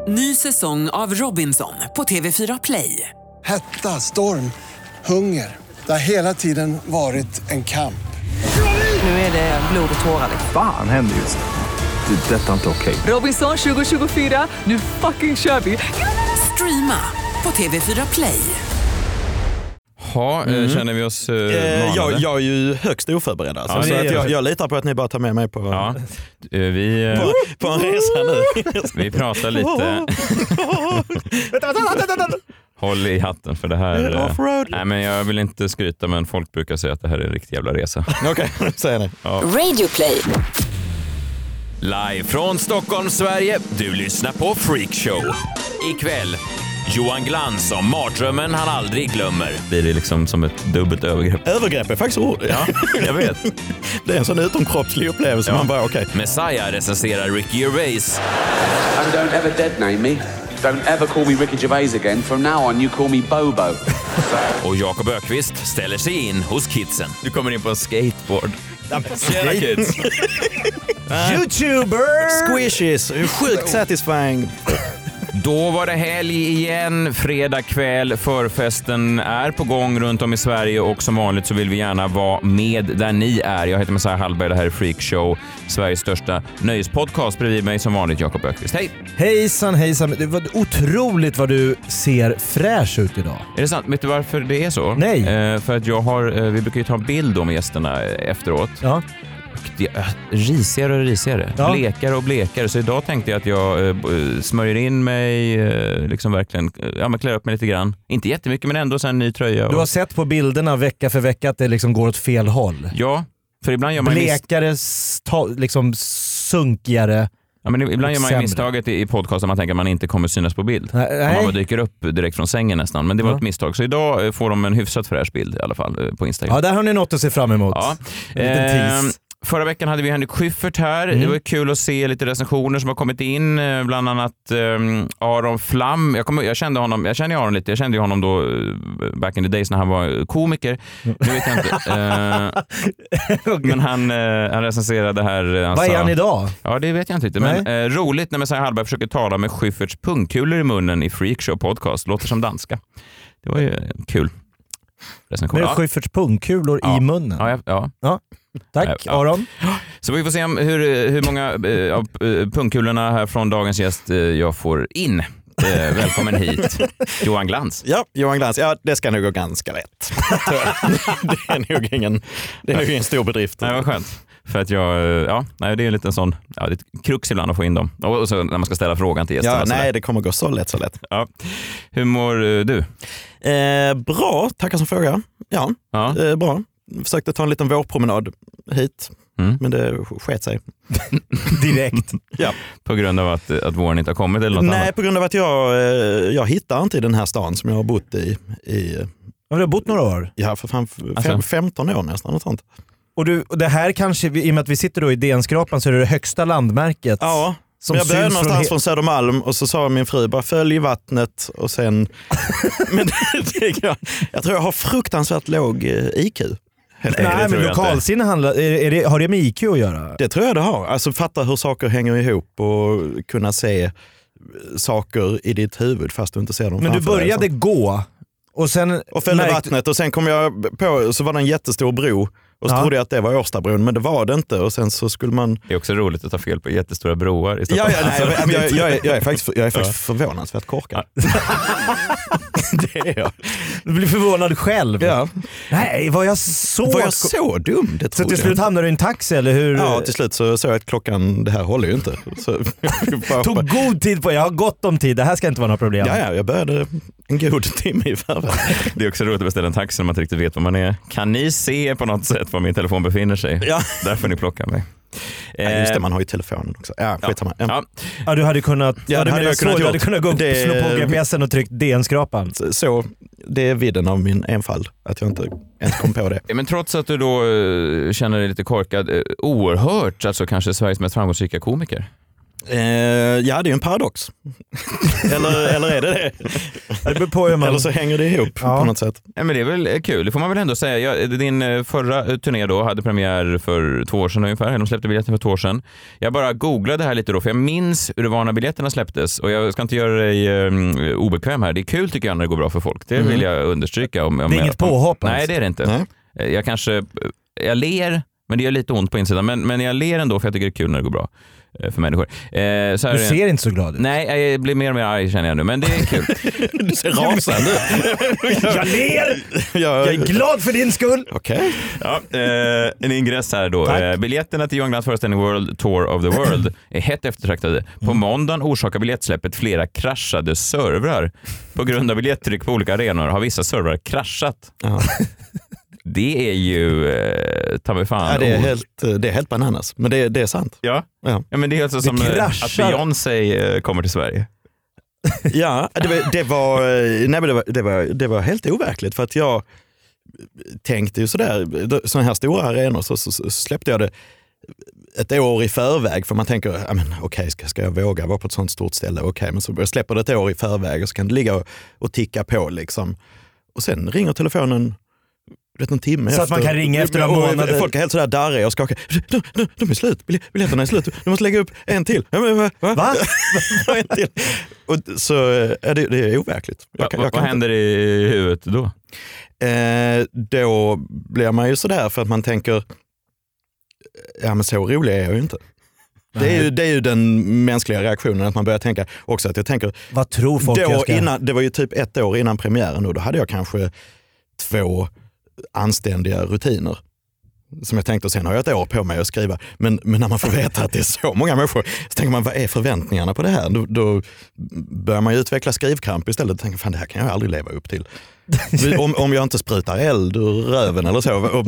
Ny säsong av Robinson på TV4 Play. Hetta, storm, hunger. Det har hela tiden varit en kamp. Nu är det blod och tårar. Fan händer just nu. Det. Detta är inte okej. Robinson 2024, nu fucking kör vi. Streama på TV4 Play. Känner vi oss manade? Jag är ju högst oförberedd alltså. Så att jag litar på att ni bara tar med mig på, på en resa nu. Vi pratar lite. Håll i hatten för det här. Nej, men jag vill inte skryta, men folk brukar säga att det här är en riktig jävla resa. Okej, säger ni. Ja. Radio Play. Live från Stockholm, Sverige. Du lyssnar på Freak Show. Ikväll Johan Glans om mardrömmen han aldrig glömmer. Blir det liksom som ett dubbelt övergrepp? Övergrepp är faktiskt ord. Ja, jag vet. Det är en sån utomkroppslig upplevelse. Man bara okej. Messiah recenserar Ricky Gervais. And don't ever deadname me. Don't ever call me Ricky Gervais again. From now on you call me Bobo. Och Jakob Ökvist ställer sig in hos kidsen. Du kommer in på en skateboard. Tjena kids. YouTuber! Squishies. Sjukt satisfying. Då var det helg igen, fredag kväll, förfesten är på gång runt om i Sverige och som vanligt så vill vi gärna vara med där ni är. Jag heter Messiah Hallberg, det här är Freak Show, Sveriges största nöjespodcast. Bredvid mig som vanligt Jakob Ökvist. Hej! Hejsan, hejsan. Det var otroligt vad du ser fräsch ut idag. Är det sant? Vet du varför det är så? Nej. För att vi brukar ju ta en bild med gästerna efteråt. Ja. Det är risigare och risigare, ja. Blekare och blekare. Så idag tänkte jag att jag smörjer in mig, liksom verkligen, men klär upp mig lite grann. Inte jättemycket, men ändå så en ny tröja. Du har sett på bilderna vecka för vecka att det liksom går åt fel håll. Ja, för ibland gör man blekare, liksom sunkigare. Ja, men ibland gör man ju misstaget i podcast att man tänker att man inte kommer synas på bild. Nej. Man bara dyker upp direkt från sängen nästan. Men det var ett misstag. Så idag får de en hyfsat fräsch bild i alla fall på Instagram. Ja, där har ni något att se fram emot. Ja. En liten tease. Förra veckan hade vi Henrik Schyffert här. Det var kul att se lite recensioner som har kommit in. Bland annat Aron Flam. Jag kände Aron lite. Jag kände ju honom då back in the days när han var komiker. Nu vet jag inte. Okay. Men han recenserade här. Vad är han idag? Ja, det vet jag inte riktigt. Men roligt när Messiah Hallberg försöker tala med Schyfferts pungkulor i munnen i Freak Show podcast. Låter som danska. Det var ju kul. Med Schyfferts pungkulor i munnen? Ja. Tack, Aron. Så vi får se hur många av pungkulorna här från dagens gäst jag får in. Välkommen hit, Johan Glans. Ja, Johan Glans. Ja, det ska nog gå ganska rätt. Det är nog ingen stor bedrift. Nej, vad skönt. För att det är en liten sån, det är ett krux ibland att få in dem. Och så när man ska ställa frågan till gästerna. Ja, nej, det kommer gå så lätt. Ja. Hur mår du? Bra, tackar som fråga. Ja. Bra. Försökte ta en liten vårpromenad hit, men det sket sig. Direkt. Ja. På grund av att våren inte har kommit eller något annat? Nej, på grund av att jag hittar inte i den här stan som jag har bott i. Har du bott några år? Ja, för fan 15 år nästan, något sånt. Och det här kanske, i och med att vi sitter då i DN-skrapan, så är det högsta landmärket. Ja. Men jag började någonstans från Södermalm och så sa min fru bara följ vattnet och sen men jag tror jag har fruktansvärt låg IQ. Nej, men lokalsinne har det med IQ att göra? Det tror jag det har. Alltså fatta hur saker hänger ihop och kunna se saker i ditt huvud fast du inte ser dem. Men du började gå och följde vattnet och sen kom jag på, så var det en jättestor bro. Och så trodde jag att det var Årstabron, men det var det inte. Och sen så skulle man... Det är också roligt att ta fel på jättestora broar i Stockholm. Jag är faktiskt förvånansvärt korkad. Det är jag. Du blir förvånad själv. Ja. Nej, var jag så dum? Så till slut hamnade du i en taxi, eller hur? Ja, till slut så såg jag att klockan, det här håller ju inte. Så tog god tid på, jag har gott om tid, det här ska inte vara några problem. Ja, jag började en god timme i förväg. Det är också roligt att beställa en taxi när man inte riktigt vet var man är. Kan ni se på något sätt var min telefon befinner sig? Ja. Där får ni plocka mig. Ja, just det, man har ju telefonen också. Ja, skitsamma. Ja, du hade kunnat, du hade kunnat gå upp, slå på GPSen och tryckt DN-skrapan. Så det är vidden av min enfald, att jag inte ens kom på det. Men trots att du då känner dig lite korkad, oerhört, alltså kanske Sveriges mest framgångsrika komiker. Ja, det är ju en paradox. eller är det? Det beror på hur man... Eller så hänger det ihop på något sätt. Ja, men det är väl kul, det får man väl ändå säga. Din förra turné då hade premiär för 2 år sedan ungefär. De släppte biljetten för 2 år sedan. Jag bara googlade här lite då, för jag minns hur det var när biljetterna släpptes. Och jag ska inte göra dig obekväm här. Det är kul tycker jag när det går bra för folk. Det vill jag understryka. Det är inget påhopp alltså. Nej, det är det inte. Jag ler, men det gör lite ont på insidan. Men jag ler ändå för jag tycker det är kul när det går bra för människor. Så här, du ser inte så glad ut. Nej, jag blir mer och mer arg känner jag nu, men det är kul. Du ser rasande. Jag ler! Jag är glad för din skull. Okej. Ja, en ingress här då. Biljetterna till Johan Glans föreställning World Tour of the World är hett eftertraktade. På måndagen orsakar biljettsläppet flera kraschade servrar. På grund av biljettryck på olika arenor har vissa servrar kraschat. Det är ju ta mig fan. Ja, det är helt bananas, men det är sant. Ja, men det är alltså som att Beyoncé kommer till Sverige. Ja, det var helt overkligt för att jag tänkte ju sådana här stora arenor så släppte jag det ett år i förväg för man tänker, okej, ska jag våga vara på ett sånt stort ställe? Okej, men så jag släpper det ett år i förväg och så kan det ligga och ticka på liksom. Och sen ringer telefonen en timme så efter. Att man kan ringa efter en månad. Folk är helt sådär darriga och skakar. De är slut, biljetterna är slut. Du måste lägga upp en till. Va? En till. Och så det är overkligt. Vad händer i huvudet då? Då blir man ju sådär för att man tänker men så rolig är jag ju inte. Det är ju den mänskliga reaktionen att man börjar tänka också att jag tänker vad tror folk då, det var ju typ 1 år innan premiären och då hade jag kanske 2 anständiga rutiner som jag tänkte och sen har jag 1 år på mig att skriva men när man får veta att det är så många människor så tänker man vad är förväntningarna på det här? Då börjar man ju utveckla skrivkramp istället och tänker fan det här kan jag aldrig leva upp till. Om jag inte sprutar eld ur röven eller så och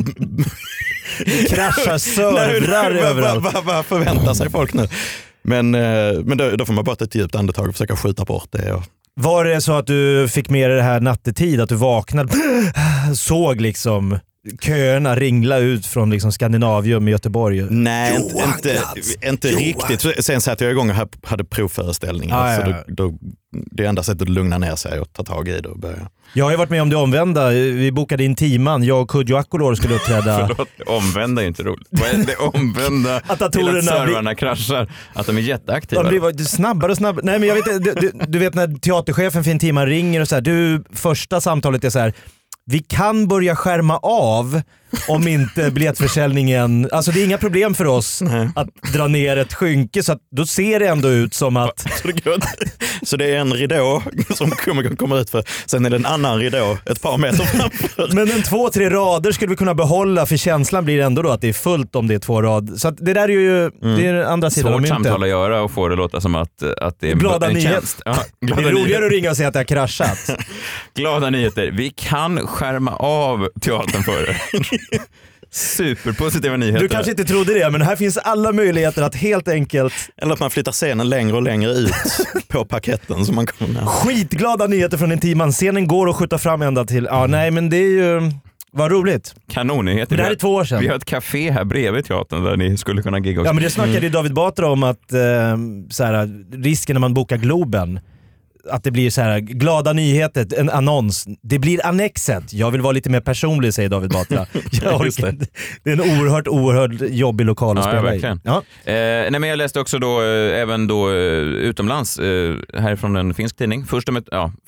kraschar servrar överallt. Vad förväntar sig folk nu? Men då får man bara ta ett djupt andetag och försöka skjuta bort det. Var det så att du fick med det här nattetid, att du vaknade såg liksom köerna ringla ut från liksom Skandinavium i Göteborg? Nej, inte riktigt. Sen satt jag igång och hade provföreställningar. Så det enda sättet att lugna ner sig och ta tag i det och börja. Jag har ju varit med om det omvända. Vi bokade in Timan. Jag och Kodjo Akolor skulle uppträda. Förlåt, omvända är inte roligt. Vad är det omvända att datorerna till att servrarna kraschar? Att de är jätteaktiva? De blir snabbare och snabbare. Nej, men jag vet, du vet när teaterchefen för Timan ringer och så här, första samtalet är så här: vi kan börja skärma av om inte biljettförsäljningen... Alltså det är inga problem för oss att dra ner ett skynke så att då ser det ändå ut som att... Så det är en ridå som kommer ut för. Sen är det en annan ridå ett par meter framför. Men 2-3 rader skulle vi kunna behålla för känslan blir ändå då att det är fullt om det är 2 rader. Så att det där är ju det är andra sidan av myntet. Svårt samtal att göra och få det låta som att det är glada en nyhet. tjänst. Ja, det är roligare att ringa och säga att det har kraschat. Glada nyheter. Vi kan skärma av teatern för det. Superpositiva nyheter. Du kanske inte trodde det, men här finns alla möjligheter att helt enkelt... Eller att man flyttar scenen längre och längre ut på paketten. Så man kommer... Skitglada nyheter från Intiman. Scenen går att skjuta fram ända till... Ja, nej, men det är ju... Vad roligt. Kanonnyheter. Det här är 2 år sedan. Vi har ett café här bredvid teatern där ni skulle kunna gigga också. Ja, men det snackade ju David Batra om att så här, risken när man bokar Globen, att det blir så här glada nyheter, en annons. Det blir annexet. Jag vill vara lite mer personlig, säger David Batra. Det är en oerhört jobbig lokal att spela i. Ja. Nej, men jag läste också då även då utomlands härifrån en finsk tidning. Först om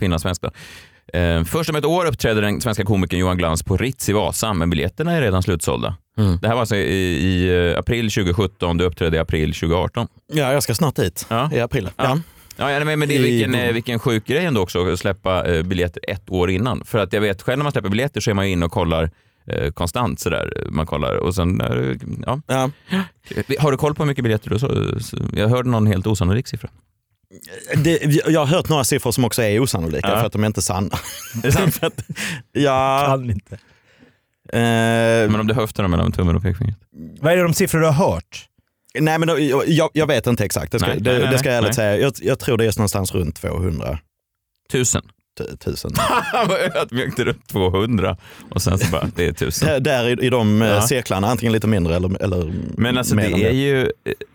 ett år uppträder den svenska komikern Johan Glans på Ritz i Vasa, men biljetterna är redan slutsålda. Det här var alltså i april 2017, det uppträdde i april 2018. Ja, jag ska snart dit i april. Ja, men det är vilken sjuk grej ändå också att släppa biljetter 1 år innan. För att jag vet själv när man släpper biljetter så är man in och kollar konstant sådär. Man kollar och sen, ja. Har du koll på hur mycket biljetter då? Jag hörde någon helt osannolik siffra. Jag har hört några siffror som också är osannolika för att de är inte sanna. Det är sant? Kan inte. Men om du höftar dem mellan tummen och pekfingret? Vad är det de siffror du har hört? Nej, men jag vet inte exakt. Det ska jag ärligt säga. Jag tror det är någonstans runt 200. 1000? 1000. Han var ödmjukt runt 200 och sen så bara, det är 1000. Där i de cirklarna, antingen lite mindre eller men alltså det är ju,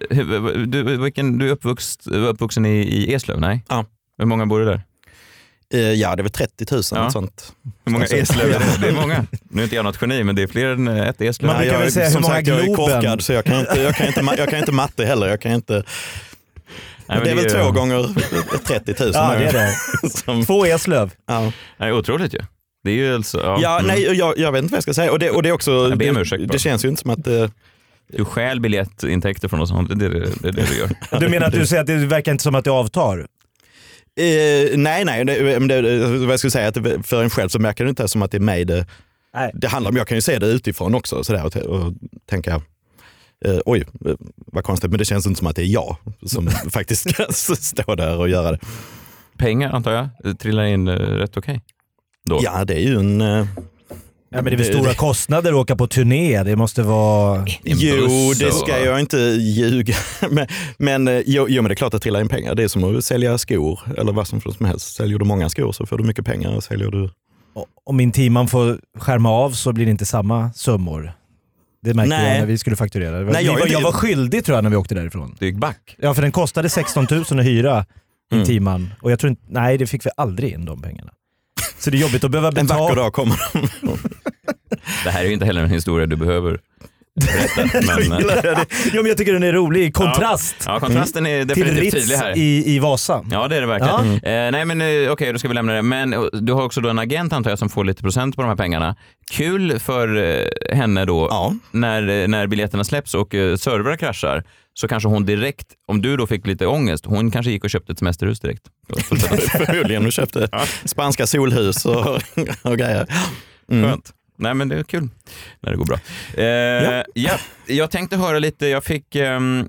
du är uppvuxen i Eslöv, nej? Ja. Hur många bor det där? Ja, det är väl 30 000 och sånt. Hur många Eslöv är det? Det är många. Nu är inte jag något geni, men det är fler än ett Eslöv. Man brukar väl säga hur många jag är Globen. korkad, så jag kan inte matte heller. Jag kan inte... Nej, det är väl 2 gånger 30 000. Ja, det är det. 2 Eslöv. Ja. Nej, otroligt ju. Det är ju alltså... Nej, jag vet inte vad jag ska säga. Och det är också... Det känns ju inte som att... Du stjäl biljettintäkter från oss. Det är det du gör. Du menar att du säger att det verkar inte som att det avtar? Nej, vad jag skulle säga, att för en själv så märker det inte som att det är mig det handlar om. Jag kan ju se det utifrån också sådär, och tänka oj, vad konstigt, men det känns inte som att det är jag som faktiskt ska stå där och göra det. Pengar antar jag, det trillar in rätt okej. Då. Ja, det är ju en... Ja, men det är väl stora kostnader att åka på turné, det måste vara... Jo, det ska jag inte ljuga. men det är klart att trilla in pengar. Det är som att sälja skor eller vad som helst. Säljer du många skor så får du mycket pengar. Säljer du... Om min teamman får skärma av så blir det inte samma summor. Det märkte jag när vi skulle fakturera. Jag var skyldig tror jag när vi åkte därifrån. Det gick back. Ja, för den kostade 16 000 att hyra i teamman. Och jag tror inte, det fick vi aldrig in de pengarna. Så det är jobbigt att behöva betala. En vacker dag kommer de. Det här är ju inte heller en historia du behöver berätta. Men jag tycker den är rolig. Kontrast. Ja, kontrasten är definitivt tydlig här. I Vasa. Ja, det är det verkligen. Nej, men okej, då ska vi lämna det. Men du har också då en agent antar jag som får lite procent på de här pengarna. Kul för henne då när biljetterna släpps och servrar kraschar. Så kanske hon direkt, om du då fick lite ångest, hon kanske gick och köpte ett semesterhus direkt. Förmodligen, du köpte spanska solhus och grejer. Skönt. Nej, men det är kul när det går bra. Jag tänkte höra lite, jag fick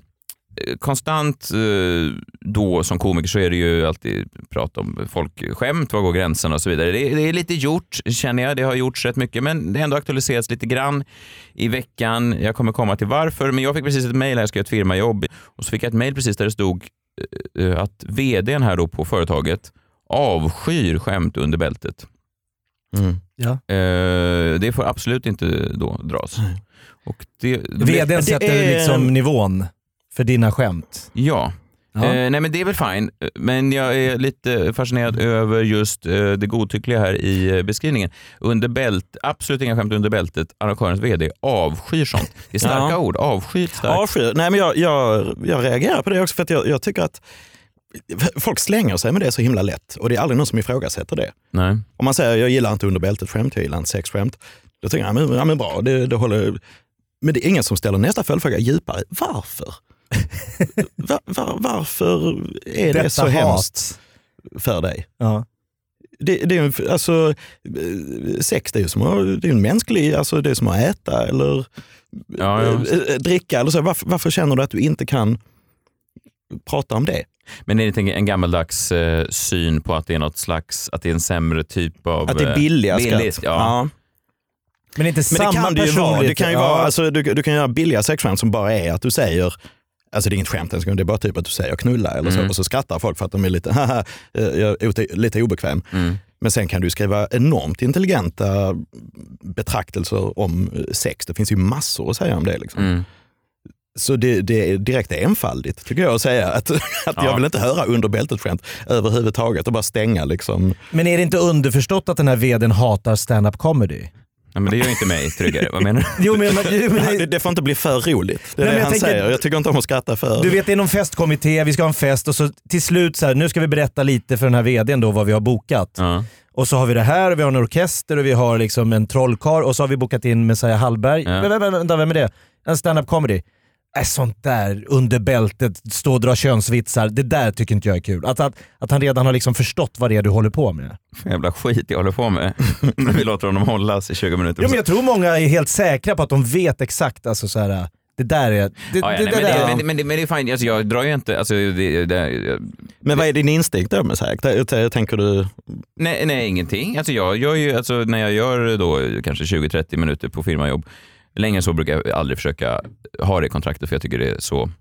konstant då som komiker så är det ju alltid prat om folkskämt, vad går gränsen och så vidare. Det är lite gjort, känner jag. Det har gjorts rätt mycket, men det har ändå aktualiserats lite grann i veckan. Jag kommer komma till varför, men jag fick precis ett mejl här, jag ska göra ett firmajobb och så fick jag ett mejl precis där det stod att vdn här då på företaget avskyr skämt under bältet. Det får absolut inte då dras. Och vdn sätter liksom nivån för dina skämt. Ja. Nej, men det är väl fine. Men jag är lite fascinerad över just det godtyckliga här i beskrivningen. Under bält, absolut inga skämt under bältet. Arrangörens vd avskyr sånt. Det är starka ord. Avskyr starkt. Avskyr. Nej, men jag reagerar på det också för att jag tycker att folk slänger sig med det så himla lätt och det är aldrig någon som ifrågasätter det. Nej. Om man säger jag gillar inte under bältet skämt, jag gillar inte sexskämt, då tänker jag men bra, det håller. Men det är ingen som ställer nästa följdfråga djupare. Varför? Varför är det så hemskt för dig? Ja. Det är alltså sex, det är ju som det är en mänsklig, alltså det är som att äta eller dricka eller så. Varför känner du att du inte kan prata om det? Men är det inte en gammaldags syn på att det är något slags, att det är en sämre typ av... Att det är billigt, ja. Men inte samma det kan det ju personligt. vara. Det kan ju vara, alltså, du kan göra billiga sexskämt som bara är att du säger, alltså det är inget skämt ens, det är bara typ att du säger knulla eller så, och så skrattar folk för att de är lite obekväm. Men sen kan du skriva enormt intelligenta betraktelser om sex. Det finns ju massor att säga om det liksom. Så det är direkt enfaldigt tycker jag att säga att jag vill inte höra under bältet skämt överhuvudtaget och bara stänga liksom. Men är det inte underförstått att den här vdn hatar stand-up comedy? Ja, men det gör inte mig tryggare. Vad menar du? Det får inte bli för roligt. Det är det han säger. Jag tycker inte om att skratta för. Du vet, det är någon festkommitté, vi ska ha en fest och så till slut så här, nu ska vi berätta lite för den här vdn då vad vi har bokat. Och så har vi det här, och vi har en orkester och vi har liksom en trollkar och så har vi bokat in Messiah Hallberg. Vem är det? En stand-up comedy. Sånt där under bältet, stå och dra könsvitsar, det där tycker inte jag är kul. Att han redan har liksom förstått vad det är du håller på med. Jävla skit jag håller på med. Vi låter honom hållas i 20 minuter. Ja, men jag tror många är helt säkra på att de vet exakt, alltså så här, det där är... Men det är fint, alltså, jag drar ju inte... Alltså, men vad är din instinkt då med så här? Tänker du... Nej, ingenting. Alltså, jag gör ju, alltså, när jag gör då kanske 20-30 minuter på firmajobb, länge så brukar jag aldrig försöka ha det i kontraktet för jag tycker det är så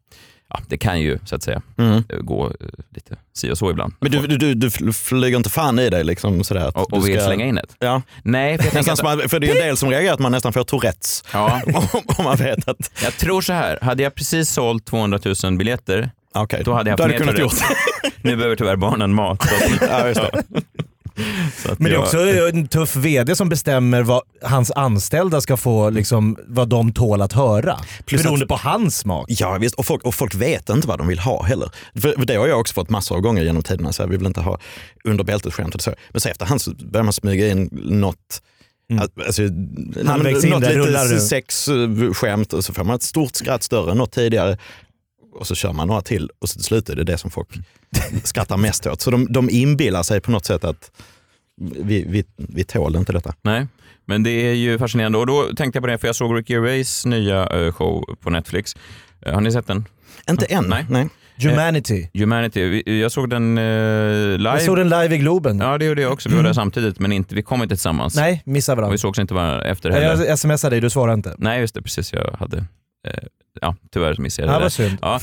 ja, det kan ju så att säga gå lite si och så ibland. Men du flyger inte fan i dig liksom sådär. Att och vill slänga in det? Ja. Nej, för det är en del som reagerar att man nästan får Tourettes. Ja. om man vet att... Jag tror så här, hade jag precis sålt 200 000 biljetter, då hade jag haft kunnat gjort. Nu behöver tyvärr barnen mat. Ja, just det. Men det är också en tuff vd som bestämmer vad hans anställda ska få, liksom, vad de tål att höra. Beroende på hans smak. Ja visst, och folk vet inte vad de vill ha heller. För det har jag också fått massor av gånger genom tiderna. Så här, vi vill inte ha under bältet skämt och så. Men så efterhand så börjar man smyga in något alltså, något lite sexskämt och så får man ett stort skratt större än något tidigare. Och så kör man några till och så till slut är det det som folk skrattar mest åt. Så de inbillar sig på något sätt att vi tål inte detta. Nej, men det är ju fascinerande. Och då tänkte jag på det, för jag såg Ricky Gervais nya show på Netflix. Har ni sett den? Inte än. Nej. Humanity. Jag såg den live. Jag såg den live i Globen. Ja, det gjorde jag också. Vi var där samtidigt, men vi kom inte tillsammans. Nej, missade varandra. Och vi sågs inte varandra efter heller. Jag smsade dig, du svarade inte. Nej, just det. Precis, jag hade... tyvärr missade jag det. Det var synd. Ja,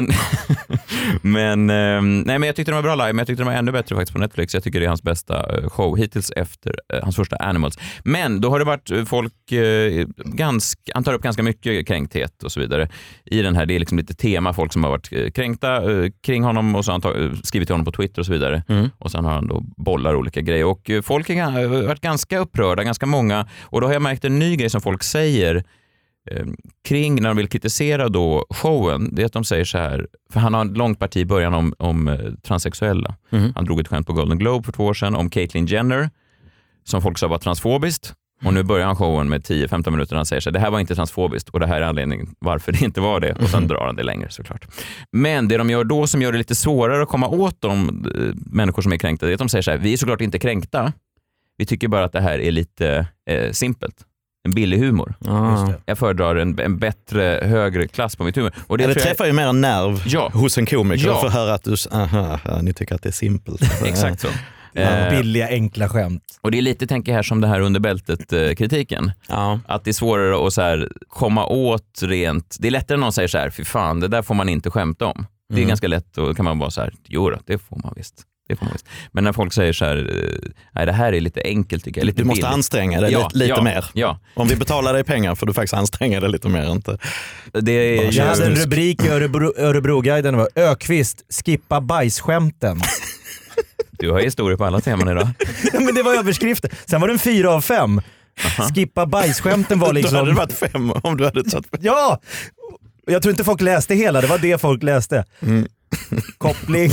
men jag tyckte den var bra live, men jag tyckte den var ännu bättre faktiskt på Netflix. Jag tycker det är hans bästa show hittills efter hans första Animals. Men då har det varit folk, han tar upp ganska mycket kränkthet och så vidare i den här. Det är liksom lite tema, folk som har varit kränkta kring honom och så har han skrivit till honom på Twitter och så vidare. Och sen har han då bollar olika grejer. Och folk har varit ganska upprörda, ganska många. Och då har jag märkt en ny grej som folk säger kring när de vill kritisera då showen, det är att de säger så här, för han har en långt parti i början om transsexuella. Han drog ett skämt på Golden Globe för 2 år sedan om Caitlyn Jenner som folk sa var transfobiskt, och nu börjar han showen med 10-15 minuter han säger så här, det här var inte transfobiskt och det här är anledningen varför det inte var det, och sen drar han det längre såklart. Men det de gör då som gör det lite svårare att komma åt de människor som är kränkta, det är att de säger så här, vi är såklart inte kränkta, vi tycker bara att det här är lite simpelt. En billig humor. Jag föredrar en bättre, högre klass på mitt humor. Och det träffar ju mer en nerv hos en komiker för att höra att ni tycker att det är simpelt. Exakt så. Billiga, enkla skämt. Och det är lite, tänker jag här, som det här under bältet-kritiken. Att det är svårare att så här, komma åt rent. Det är lättare när någon säger så här, fy fan, det där får man inte skämta om. Det är ganska lätt, och kan man bara så här, jo det får man visst. Men när folk säger så här, nej, det här är lite enkelt tycker jag. Lite du måste billigt. anstränga dig lite mer. Ja. Om vi betalar dig pengar får du faktiskt anstränga dig lite mer. Inte. Jag hade en rubrik i Örebro-guiden, var Ökvist, skippa bajsskämten. Du har historier på alla teman idag. Men det var överskriften. Sen var det en 4 av 5. Skippa bajsskämten var liksom... Då hade det varit 5 om du hade tagit... Ja! Jag tror inte folk läste hela, det var det folk läste. Koppling.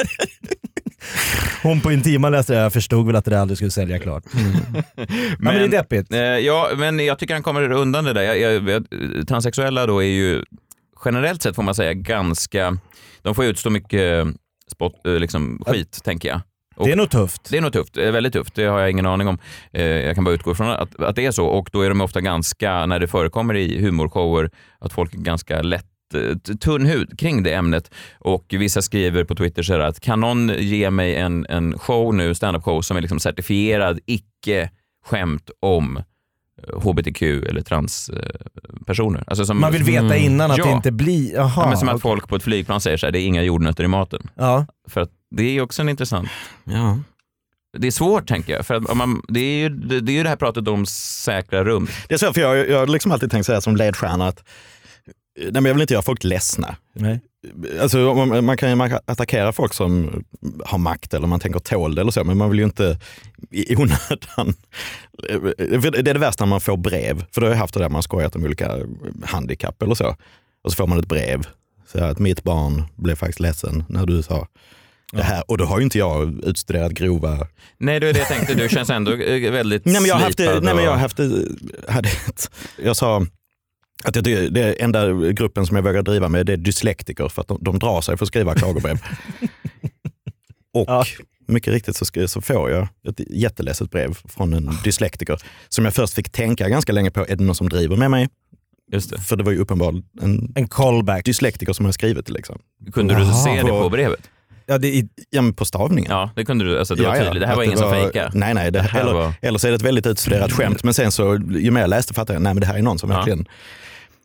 Hon på Intima läste det, jag förstod väl att det där aldrig skulle sälja klart. Men det är deppigt. Ja, men jag tycker han kommer undan det där. Transsexuella då är ju generellt sett, får man säga, ganska... De får utstå mycket skit, tänker jag. Och det är nog tufft. Det är nog tufft, det är väldigt tufft. Det har jag ingen aning om. Jag kan bara utgå från att det är så. Och då är de ofta ganska, när det förekommer i humorshower, att folk är ganska lätt tunn hud kring det ämnet. Och vissa skriver på Twitter så här att kan någon ge mig en show nu, stand-up show, som är liksom certifierad icke-skämt om HBTQ eller transpersoner. Alltså som, man vill veta innan att det inte blir... Ja, men som att folk på ett flygplan säger så här, det är inga jordnötter i maten. Ja. För att det är ju också en intressant... Ja. Det är svårt, tänker jag. För att det är ju det här pratet om säkra rum. Det är så, för jag har liksom alltid tänkt så här som ledstjärna att nej, men jag vill inte göra folk ledsna. Nej. Alltså, man kan attackera folk som har makt eller man tänker tål det eller så, men man vill ju inte i onödan. Det är det värsta när man får brev, för då har jag haft det där man skojat om olika handikapp eller så, och så får man ett brev så att mitt barn blev faktiskt ledsen när du sa det här, och då har ju inte jag utstuderat grova... Nej, det är det jag tänkte, du känns ändå väldigt jag sa att det är enda gruppen som jag vågar driva med, det är dyslektiker, för att de drar sig för att skriva klagobrev. Och mycket riktigt så får jag ett jätteledset brev från en dyslektiker som jag först fick tänka ganska länge på, är det någon som driver med mig? Just det. För det var ju uppenbarligen en callback dyslektiker som har skrivit det liksom. Kunde du se det på brevet? Ja, men på stavningen. Ja, det kunde du. Alltså, det var tydligt. Det här var ingen som fejkade. Nej. Eller så är det ett väldigt utstuderat skämt. Men sen så, ju mer jag läste fattade jag, nej men det här är någon som verkligen...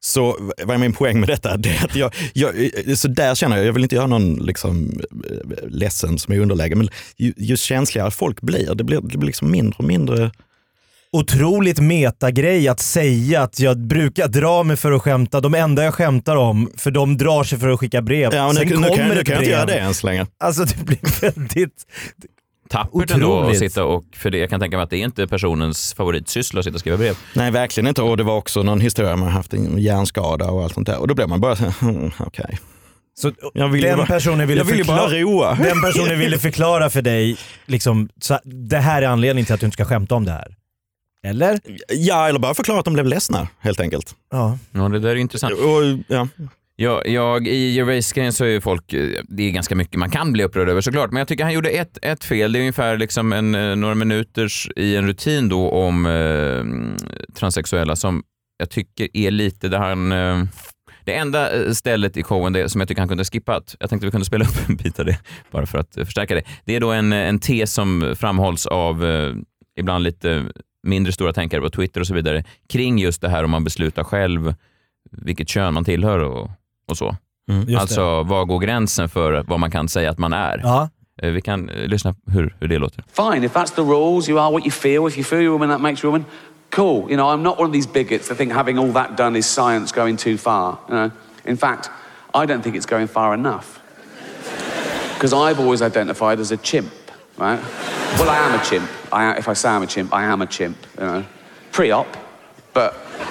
Så vad är min poäng med detta? Det är att så där känner jag vill inte göra någon liksom ledsen som är underläge, men ju känsligare folk blir, det blir liksom mindre och mindre. Otroligt metagrej att säga att jag brukar dra mig för att skämta. De enda jag skämtar om, för de drar sig för att skicka brev. Ja, nu kan jag inte göra det ens längre. Alltså det blir väldigt tappert ändå att sitta och, för det, jag kan tänka mig att det är inte personens favoritsyssla att sitta och skriva brev. Nej, verkligen inte. Och det var också någon historia man haft en hjärnskada och allt sånt där. Och då blev man bara okej. Så den personen ville förklara för dig liksom, så det här är anledningen till att du inte ska skämta om det här. Eller? Ja, eller bara förklara att de blev ledsna, helt enkelt. Ja, det där är intressant. Jag i Gervais-grejen så är ju folk, det är ganska mycket man kan bli upprörd över såklart, men jag tycker han gjorde ett fel. Det är ungefär liksom några minuters i en rutin då om transsexuella som jag tycker är lite där han... Det enda stället i showen som jag tycker han kunde skippat, jag tänkte vi kunde spela upp en bit av det bara för att förstärka det. Det är då en tes som framhålls av ibland lite mindre stora tänkare på Twitter och så vidare kring just det här om man beslutar själv vilket kön man tillhör och så. Alltså vad går gränsen för vad man kan säga att man är? Ja. Vi kan lyssna hur det låter. Fine, if that's the rules, you are what you feel. If you feel you're a woman, that makes you a woman. Cool. You know, I'm not one of these bigots that think having all that done is science going too far. You know? In fact, I don't think it's going far enough. Because I've always identified as a chimp, right? Well, I am a chimp. If I say I'm a chimp, I am a chimp, you know. Pre-op, but...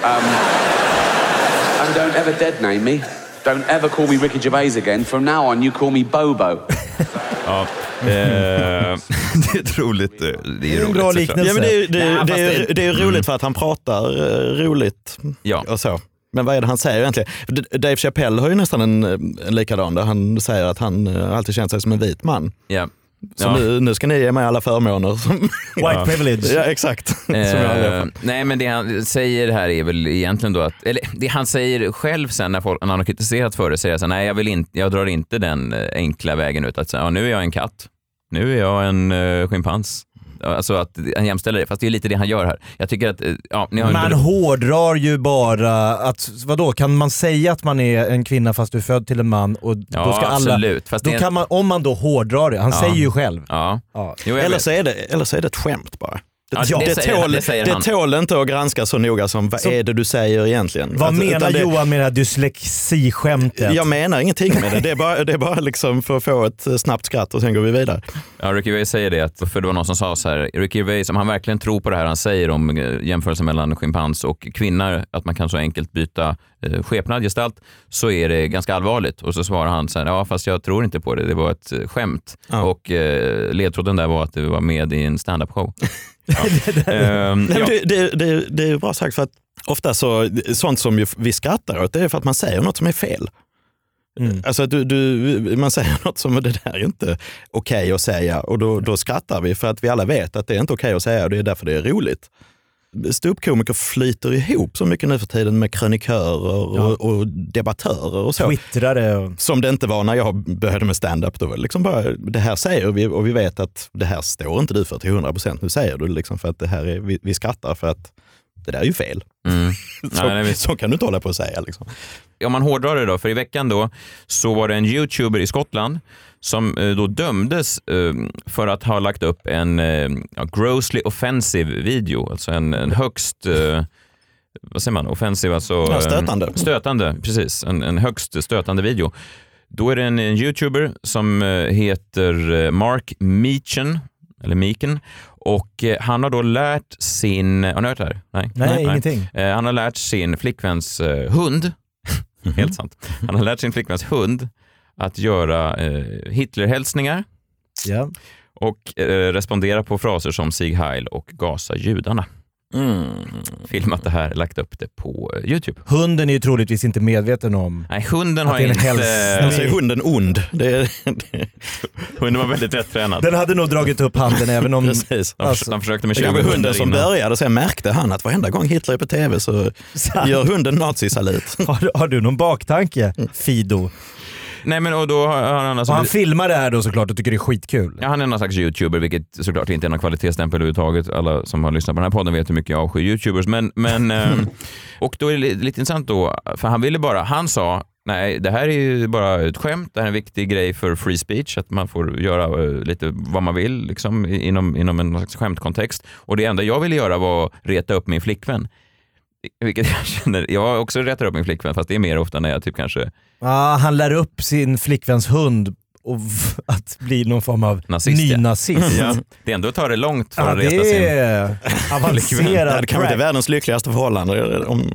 and don't ever dead name me. Don't ever call me Ricky Gervais again. From now on, you call me Bobo. Ja, det är ett roligt. Det är en bra liknelse. Ja, men det är roligt för att han pratar roligt. Ja. Och så. Men vad är det han säger egentligen? Dave Chappelle har ju nästan en likadan där han säger att han alltid känt sig som en vit man. Ja. Så nu ska ni ge mig alla förmåner. White privilege. Ja, exakt. Nej, men det han säger här är väl egentligen då att, eller det han säger själv sen när han har kritiserat för det, säger så nej, jag drar inte den enkla vägen ut att säga, nu är jag en katt, nu är jag en schimpans. Alltså att han jämställer det, fast det är lite det han gör här. Jag tycker att man hårdrar ju bara att, vadå, kan man säga att man är en kvinna fast du är född till en man och då ska absolut. Fast då kan man, om man då hårdrar det, han säger ju själv. Ja. Jo, eller så är det ett skämt bara. Det tål inte att granska så noga som vad är det du säger egentligen. Vad menar Johan med det här dyslexiskämtet? Jag menar ingenting med det. Det är bara liksom för att få ett snabbt skratt och sen går vi vidare. Ja, Ricky Gervais säger det, för det var någon som sa så här, Ricky Gervais, om han verkligen tror på det här han säger om jämförelsen mellan schimpans och kvinnor, att man kan så enkelt byta skepnad, gestalt, så är det ganska allvarligt. Och så svarar han så här, fast jag tror inte på det, det var ett skämt. Ja. Och ledtråden där var att det var med i en stand-up show. Det är ju bra sagt, för att ofta sånt som vi skrattar åt, det är för att man säger något som är fel. Alltså att man säger något som det där är inte okej att säga, och då skrattar vi för att vi alla vet att det är inte okej att säga, och det är därför det är roligt. Ståuppkomiker flyter ihop så mycket nu för tiden med krönikörer och debattörer och så. Twittrare. Som det inte var när jag började med stand-up. Då liksom bara, det här säger vi och vi vet att det här står inte du för till 100%. Nu säger du liksom för att det här är, vi skrattar för att det där är ju fel. Så kan du inte hålla på att säga liksom. Om man hårdrar det då, för i veckan då så var det en YouTuber i Skottland som då dömdes för att ha lagt upp en grossly offensive video, alltså en högst vad säger man, offensive, alltså stötande, precis, en högst stötande video. Då är det en YouTuber som heter Mark Meechan, eller Meeken, och han har då lärt sin, har ni hört det här? Nej, ingenting. Han har lärt sin flickväns hund, helt sant. Han har lärt sin flickväns hund att göra Hitlerhälsningar och respondera på fraser som Sieg Heil och gasa judarna. Filmat det här, lagt upp det på YouTube. Hunden är ju troligtvis inte medveten om. Nej, hunden har inte... Alltså är hunden ond? Hunden var väldigt rätttränad. Den hade nog dragit upp handen även om... Precis. De försökte med 20 hundar hunden som började, och sen märkte han att varenda gång Hitler är på tv så gör hunden nazisalut. Har du någon baktanke, Fido? Nej, men och då har han alltså... Och han filmar det här då såklart och tycker det är skitkul. Ja, han är någon slags YouTuber, vilket såklart inte är någon kvalitetsstämpel överhuvudtaget. Alla som har lyssnat på den här podden vet hur mycket jag avskyr YouTubers. Men och då är det lite intressant då, för han sa, nej, det här är ju bara ett skämt, det här är en viktig grej för free speech, att man får göra lite vad man vill liksom, inom en slags skämtkontext. Och det enda jag ville göra var att reta upp min flickvän. Vilket jag känner, jag också retar upp min flickvän, fast det är mer ofta när jag typ kanske... Ja, han lär upp sin flickväns hund och att bli någon form av nynazist. Ja, det är ändå tar det långt för att reta sin flickvän. avancerad det kan inte världens lyckligaste förhållande om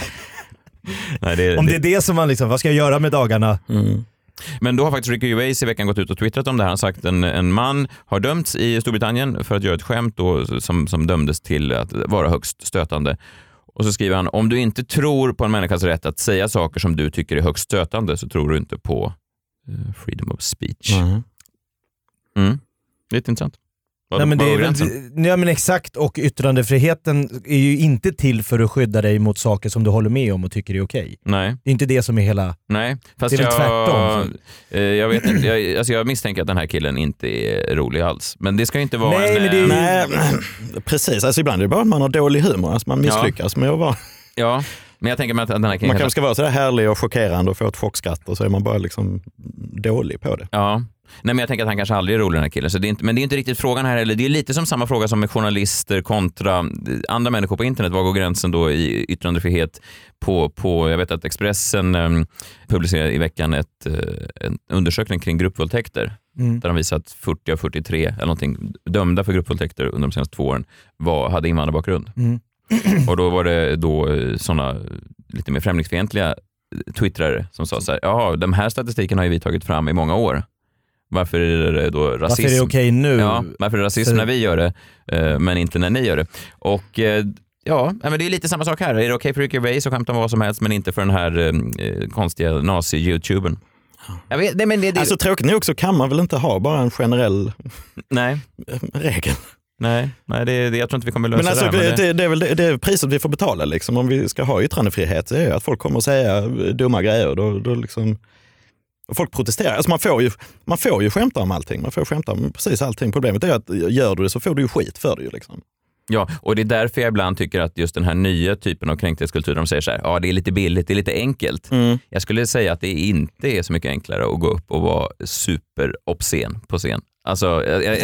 det är det som man liksom, vad ska jag göra med dagarna? Men då har faktiskt Ricky Gervais i veckan gått ut och twittrat om det här. Han har sagt att en man har dömts i Storbritannien för att göra ett skämt då, som dömdes till att vara högst stötande. Och så skriver han, om du inte tror på en människas rätt att säga saker som du tycker är högst stötande, så tror du inte på freedom of speech. Lite intressant. Nej, men det är men exakt, och yttrandefriheten är ju inte till för att skydda dig mot saker som du håller med om och tycker är okej. Nej. Det är inte det som är hela... Nej, fast det är tvärtom. Jag vet inte, jag misstänker att den här killen inte är rolig alls. Men det ska inte vara Nej, precis. Alltså ibland är det bara att man har dålig humor. Alltså man misslyckas med att vara... Ja, men jag tänker mig att den här killen... Man kanske ska vara så där härlig och chockerande och få ett chockskratt, och så är man bara liksom dålig på det. Ja. Nej, men jag tänker att han kanske aldrig är rolig, den här killen. Så det är inte, men det är inte riktigt frågan här. Eller det är lite som samma fråga som med journalister kontra andra människor på internet. Var går gränsen då i yttrandefrihet på jag vet att Expressen publicerade i veckan en undersökning kring gruppvåldtäkter. Där de visar att 40 av 43 eller någonting dömda för gruppvåldtäkter under de senaste 2 åren hade invandrarbakgrund. Och då var det då sådana lite mer främlingsfientliga twittrare som sa så här: ja, de här statistiken har ju vi tagit fram i många år. Varför är det då rasism? Varför är det okej nu? Ja, varför är det rasism när vi gör det men inte när ni gör det? Och ja, men det är lite samma sak här. Är det okej för Ricky Gervais att skämta om vad som helst, men inte för den här konstiga nazi-YouTubern? Jag vet, det... Alltså tråkigt nog så kan man väl inte ha bara en generell regel. Nej, jag tror inte vi kommer lösa men alltså, det här. Det är priset vi får betala liksom, om vi ska ha yttrandefrihet. Det är att folk kommer att säga dumma grejer. Då liksom... Och folk protesterar. Alltså man får ju skämta om allting. Man får skämta om precis allting. Problemet är att gör du det så får du ju skit för det ju liksom. Ja, och det är därför jag ibland tycker att just den här nya typen av kränkthetskultur, de säger så här, ja, det är lite billigt, det är lite enkelt. Jag skulle säga att det inte är så mycket enklare att gå upp och vara superobscen på scen. Alltså,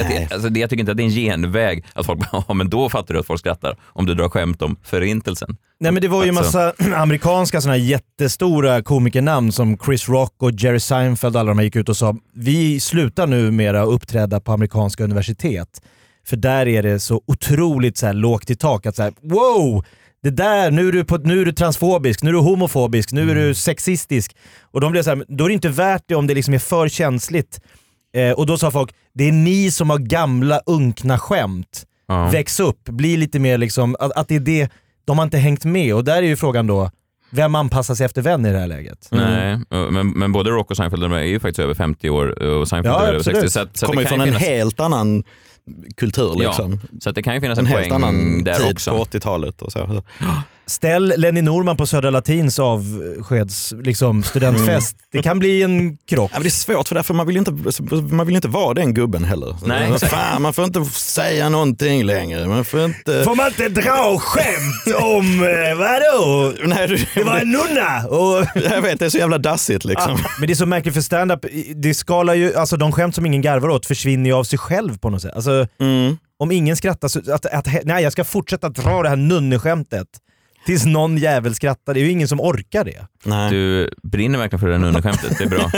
jag tycker inte att det är en genväg att folk bara, men då fattar du att folk skrattar om du drar skämt om förintelsen. Nej, men det var ju en massa amerikanska såna jättestora komikernamn som Chris Rock och Jerry Seinfeld, alla de här gick ut och sa, vi slutar nu mera uppträda på amerikanska universitet. För där är det så otroligt så här lågt i tak att så här, wow, det där, nu är du transfobisk, nu är du homofobisk, nu är du sexistisk. Och de blev så här, då är det inte värt det om det liksom är för känsligt. Och då sa folk, det är ni som har gamla unkna skämt. Väx upp, bli lite mer liksom, att det är det, de har inte hängt med. Och där är ju frågan då, vem anpassar sig efter vem i det här läget? Nej, men både Rock och Seinfeld är ju faktiskt över 50 år och Seinfeld är över 60. Så kommer ju från en helt annan kultur liksom. Ja, så att det kan ju finnas en poäng helt annan där tid också. På 80-talet och så. Ställ Lenny Norman på Södra Latins avskeds liksom, studentfest. Det kan bli en krock. Ja, men det är svårt för därför man vill inte vara den gubben heller. Nej, fan, man får inte säga någonting längre. Får man inte dra skämt om vadå? Nej, det var en nunna. Och... Jag vet, det är så jävla dassigt liksom. Ja, men det är så märkligt för stand-up. Det skalar ju, alltså de skämt som ingen garvar åt försvinner ju av sig själv på något sätt. Alltså, om ingen skrattar så nej, jag ska fortsätta dra det här nunneskämtet tills någon jävel skrattar. Det är ju ingen som orkar det. Nej. Du brinner verkligen för det nunneskämtet. Det är bra.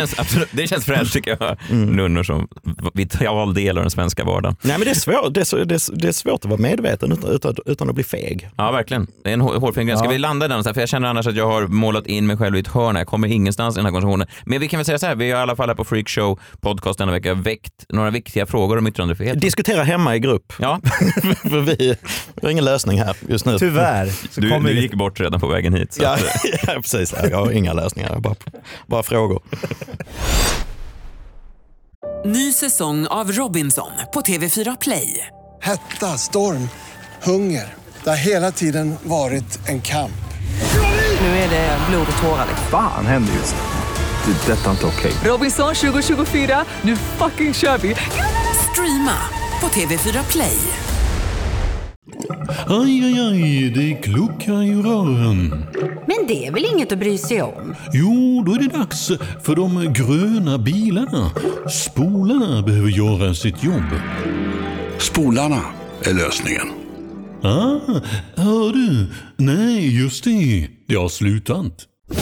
Det känns fräscht tycker jag. Nunnor som vital del av den svenska vardagen. Nej, men det är svårt att vara medveten utan att bli feg. Ja, verkligen. Det är en hårfin gräns. Ska vi landa den? För jag känner annars att jag har målat in mig själv i ett hörn. Jag kommer ingenstans i den här konversationen. Men vi kan väl säga så här. Vi har i alla fall här på Freakshow podcast denna vecka väckt några viktiga frågor om yttrandefrihet. Diskutera hemma i grupp. Ja. För vi har ingen lösning här just nu. Tyvärr. Du gick bort redan på vägen hit. Så ja, precis. Jag har inga lösningar. Bara frågor. Ny säsong av Robinson på TV4 Play. Hetta, storm, hunger. Det har hela tiden varit en kamp. Nu är det blod och tårar. Fan händer just det. Detta är inte okej. Robinson 2024, nu fucking kör vi! Streama på TV4 Play. Aj, det kluckar i rören. Men det är väl inget att bry sig om? Jo, då är det dags för de gröna bilarna. Spolarna behöver göra sitt jobb. Spolarna är lösningen. Hör du? Nej, just det. Det har slutat.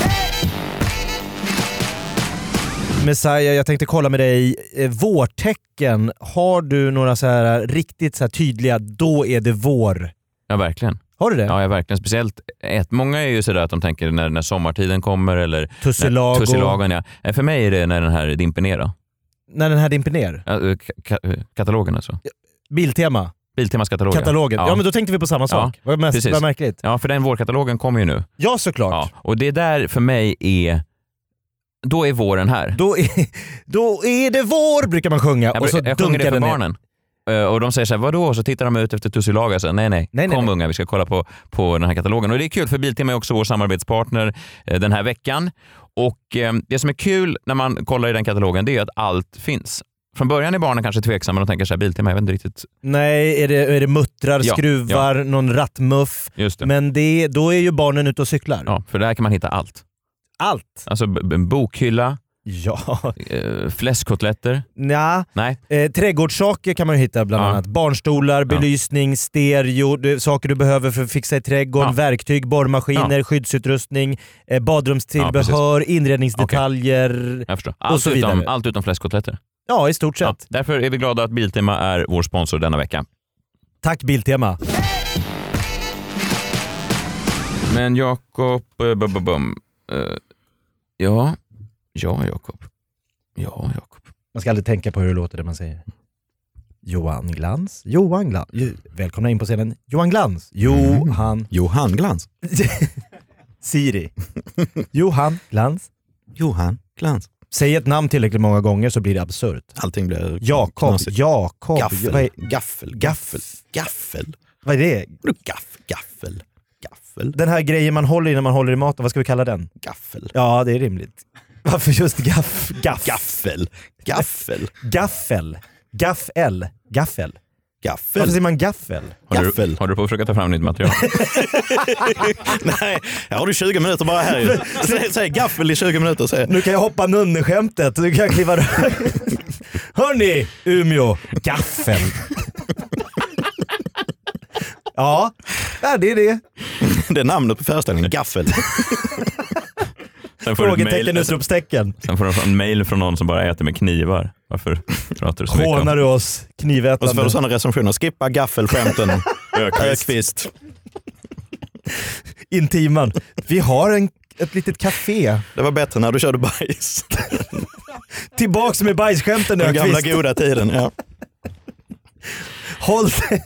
Messiah, jag tänkte kolla med dig. Vårtecken, har du några så här riktigt så här tydliga, då är det vår? Ja, verkligen. Har du det? Ja, verkligen. Speciellt många är ju sådär att de tänker när sommartiden kommer eller tussilagon. Ja. För mig är det när den här dimper ner då. När den här dimper ner? Katalogen alltså. Biltema. Biltemas katalog. Katalogen. Ja, men då tänkte vi på samma sak. Ja, vad märkligt. Ja, för den vårkatalogen kommer ju nu. Ja, såklart. Ja, och det där för mig är... Då är våren här. Då är det vår, brukar man sjunga. Jag sjunger det för barnen. Och de säger så här, vadå? Och så tittar de ut efter tussilaga. Så, nej. Kom unga, vi ska kolla på den här katalogen. Och det är kul, för Biltema är också vår samarbetspartner den här veckan. Och det som är kul när man kollar i den katalogen, det är att allt finns. Från början är barnen kanske tveksamma och tänker så här, Biltema, jag vet inte riktigt. Nej, är det muttrar, skruvar, någon rattmuff. Just det. Men då är ju barnen ute och cyklar. Ja, för där kan man hitta allt. Allt? Alltså en bokhylla. Ja. Fläskkotletter. Nej. Trädgårdssaker kan man ju hitta bland annat. Barnstolar, belysning, stereo, saker du behöver för att fixa i trädgården, verktyg, borrmaskiner, skyddsutrustning, badrumstillbehör, inredningsdetaljer. Jag förstår. Och så vidare. Allt utom fläskkotletter. Ja, i stort sett. Ja, därför är vi glada att Biltema är vår sponsor denna vecka. Tack Biltema. Men Jakob... Ja, Jakob. Man ska aldrig tänka på hur det låter det man säger. Johan Glans. Välkomna in på scenen. Johan Glans. Johan Glans. Siri. Johan Glans. Säg ett namn tillräckligt många gånger så blir det absurt. Allting blir... Jakob. Gaffel. Vad är det? Gaffel. Den här grejen man håller i när man håller i maten, vad ska vi kalla den? Gaffel. Ja, det är rimligt. Varför just Gaffel. Varför säger man gaffel? Har du på att försöka ta fram nytt material? Nej, jag har du 20 minuter bara här. Säg gaffel i 20 minuter. Säg. Nu kan jag hoppa nunneskämtet. Nu kan jag kliva Hörni, Umeå, gaffel. Ja, det är det. Det är namnet på föreställningen, gaffel. Frågetecken, utropstecken. Sen får du en mail från någon som bara äter med knivar. Varför pratar du så mycket om? Hånar du oss, knivätande. Och så får du sådana recensioner. Skippa gaffelskämten. Ökvist. Intiman. Vi har ett litet café. Det var bättre när du körde bajs. Tillbaks med bajsskämten, den Ökvist. gamla goda tiden, ja. Håll dig.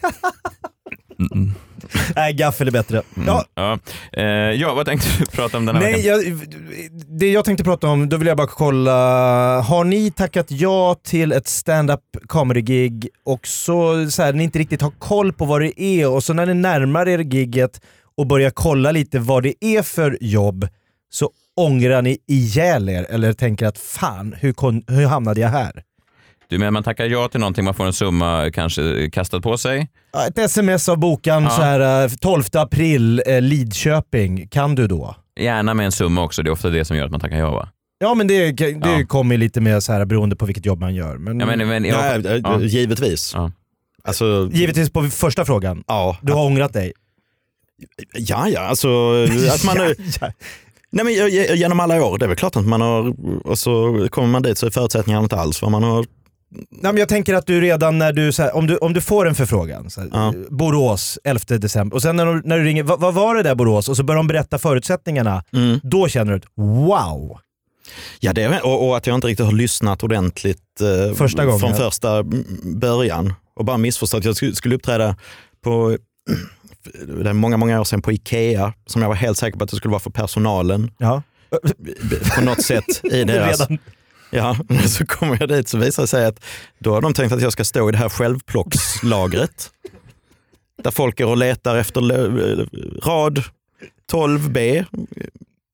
Nej, gaffel är bättre. Vad tänkte du prata om den här veckan? Det jag tänkte prata om, då vill jag bara kolla. Har ni tackat ja till ett stand-up comedy-gig och så här, ni inte riktigt har koll på vad det är, och så när ni närmar er gigget och börjar kolla lite vad det är för jobb, så ångrar ni ihjäl er eller tänker att fan, hur hamnade jag här? Du menar man tackar ja till någonting, man får en summa kanske kastad på sig? Ja, ett sms av bokan så här 12 april, Lidköping. Kan du då? Gärna med en summa också, det är ofta det som gör att man tackar ja, va? Ja, men det kommer lite mer så här beroende på vilket jobb man gör. Men, givetvis. Ja. Alltså, givetvis på första frågan. Ja. Du har ångrat dig. Ja, alltså att man... Nej, men genom alla år, det är väl klart att man har, och så kommer man dit så är förutsättningarna inte alls vad man har. Nej, men jag tänker att du redan när du så här, om du får en förfrågan så här, Borås 11 december och sen när du ringer, vad var det där Borås, och så börjar de berätta förutsättningarna, då känner du wow. Ja, det, och att jag inte riktigt har lyssnat ordentligt från första början och bara missförstått. Jag skulle uppträda på, det är många år sedan, på Ikea, som jag var helt säker på att det skulle vara för personalen. Ja. På något sätt i deras... Ja, så kommer jag dit så visar det sig att då har de tänkt att jag ska stå i det här självplockslagret där folk är och letar efter rad 12B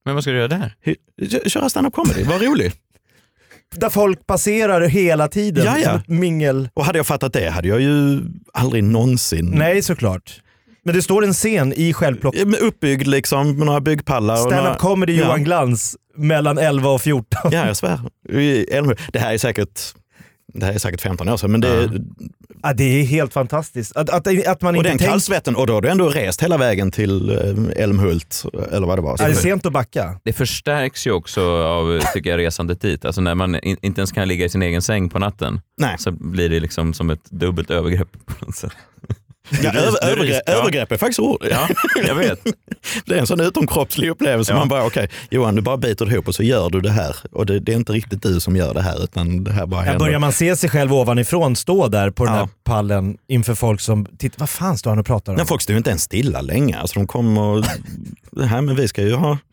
Men vad ska du göra där? Köra stand-up comedy, vad roligt. Där folk passerar hela tiden. Ja. Som ett mingel. Och hade jag fattat det hade jag ju aldrig någonsin... Nej, såklart. Men det står en scen i självplock. Uppbyggd liksom med några byggpallar. Stand-up comedy Johan Glans mellan 11 och 14. Ja, jag svär. Det här är säkert 15 år sedan, men det det är helt fantastiskt. Att man och inte den kallsvetten, och då har du ändå rest hela vägen till Älmhult, eller vad det var. Är det sent att backa? Det förstärks ju också av, tycker jag, resandet dit. Alltså när man inte ens kan ligga i sin egen säng på natten. Nej. Så blir det liksom som ett dubbelt övergrepp på något sätt. Ja, övergrepp är faktiskt ord. Ja, jag vet. Det är en sån utomkroppslig upplevelse. Man bara, okej, Johan, du bara biter ihop och så gör du det här. Och det är inte riktigt du som gör det här, utan det här bara händer. Börjar man se sig själv ovanifrån stå där på den här pallen inför folk som tittar, vad fan står han och pratar om? Nej, folk står ju inte ens stilla länge. Alltså de kommer och, det här, men vi ska ju ha